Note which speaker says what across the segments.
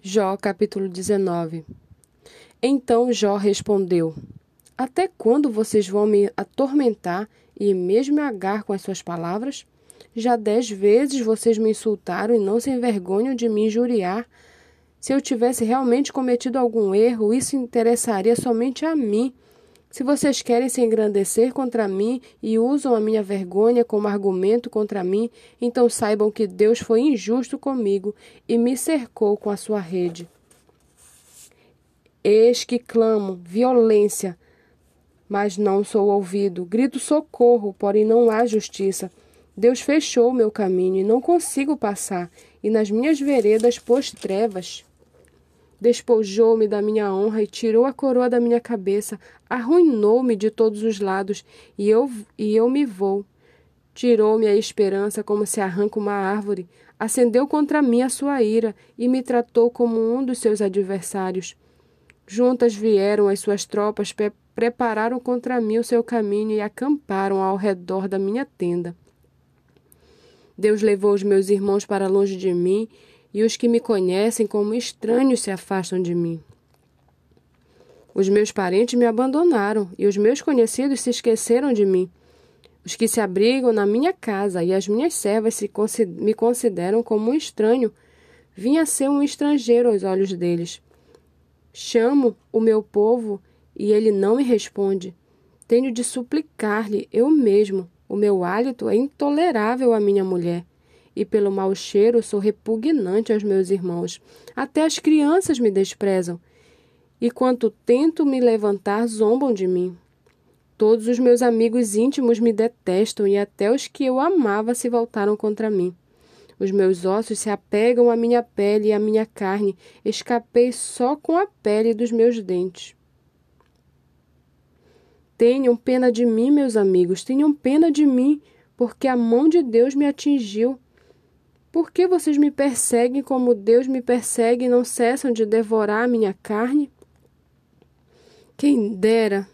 Speaker 1: Jó, capítulo 19. Então Jó respondeu: Até quando vocês vão me atormentar e me esmagar com as suas palavras? Já 10 vezes vocês me insultaram e não se envergonham de me injuriar. Se eu tivesse realmente cometido algum erro, isso interessaria somente a mim. Se vocês querem se engrandecer contra mim e usam a minha vergonha como argumento contra mim, então saibam que Deus foi injusto comigo e me cercou com a sua rede. Eis que clamo violência, mas não sou ouvido. Grito socorro, porém não há justiça. Deus fechou o meu caminho e não consigo passar, e nas minhas veredas pôs trevas. Despojou-me da minha honra e tirou a coroa da minha cabeça, arruinou-me de todos os lados, e eu me vou. Tirou-me a esperança como se arranca uma árvore, acendeu contra mim a sua ira e me tratou como um dos seus adversários. Juntas vieram as suas tropas, prepararam contra mim o seu caminho e acamparam ao redor da minha tenda. Deus levou os meus irmãos para longe de mim, e os que me conhecem como estranhos se afastam de mim. Os meus parentes me abandonaram, e os meus conhecidos se esqueceram de mim. Os que se abrigam na minha casa e as minhas servas me consideram como um estranho. Vim a ser um estrangeiro aos olhos deles. Chamo o meu povo, e ele não me responde. Tenho de suplicar-lhe eu mesmo. O meu hálito é intolerável à minha mulher. E pelo mau cheiro sou repugnante aos meus irmãos. Até as crianças me desprezam. E quanto tento me levantar, zombam de mim. Todos os meus amigos íntimos me detestam e até os que eu amava se voltaram contra mim. Os meus ossos se apegam à minha pele e à minha carne. Escapei só com a pele dos meus dentes. Tenham pena de mim, meus amigos, tenham pena de mim, porque a mão de Deus me atingiu. Por que vocês me perseguem como Deus me persegue e não cessam de devorar a minha carne? Quem dera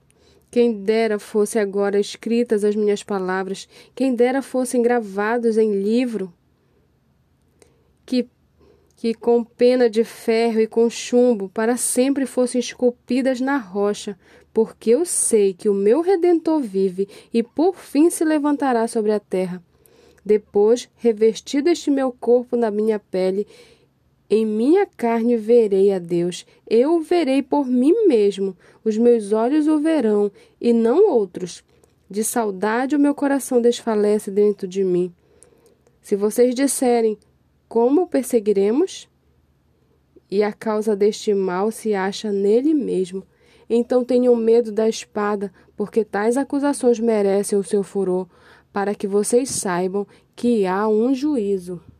Speaker 1: fosse agora escritas as minhas palavras, quem dera fossem gravados em livro, que com pena de ferro e com chumbo para sempre fossem esculpidas na rocha, porque eu sei que o meu Redentor vive e por fim se levantará sobre a terra. Depois, revestido este meu corpo na minha pele, em minha carne verei a Deus. Eu o verei por mim mesmo. Os meus olhos o verão, e não outros. De saudade o meu coração desfalece dentro de mim. Se vocês disserem, como o perseguiremos? E a causa deste mal se acha nele mesmo. Então tenham medo da espada, porque tais acusações merecem o seu furor, para que vocês saibam que há um juízo.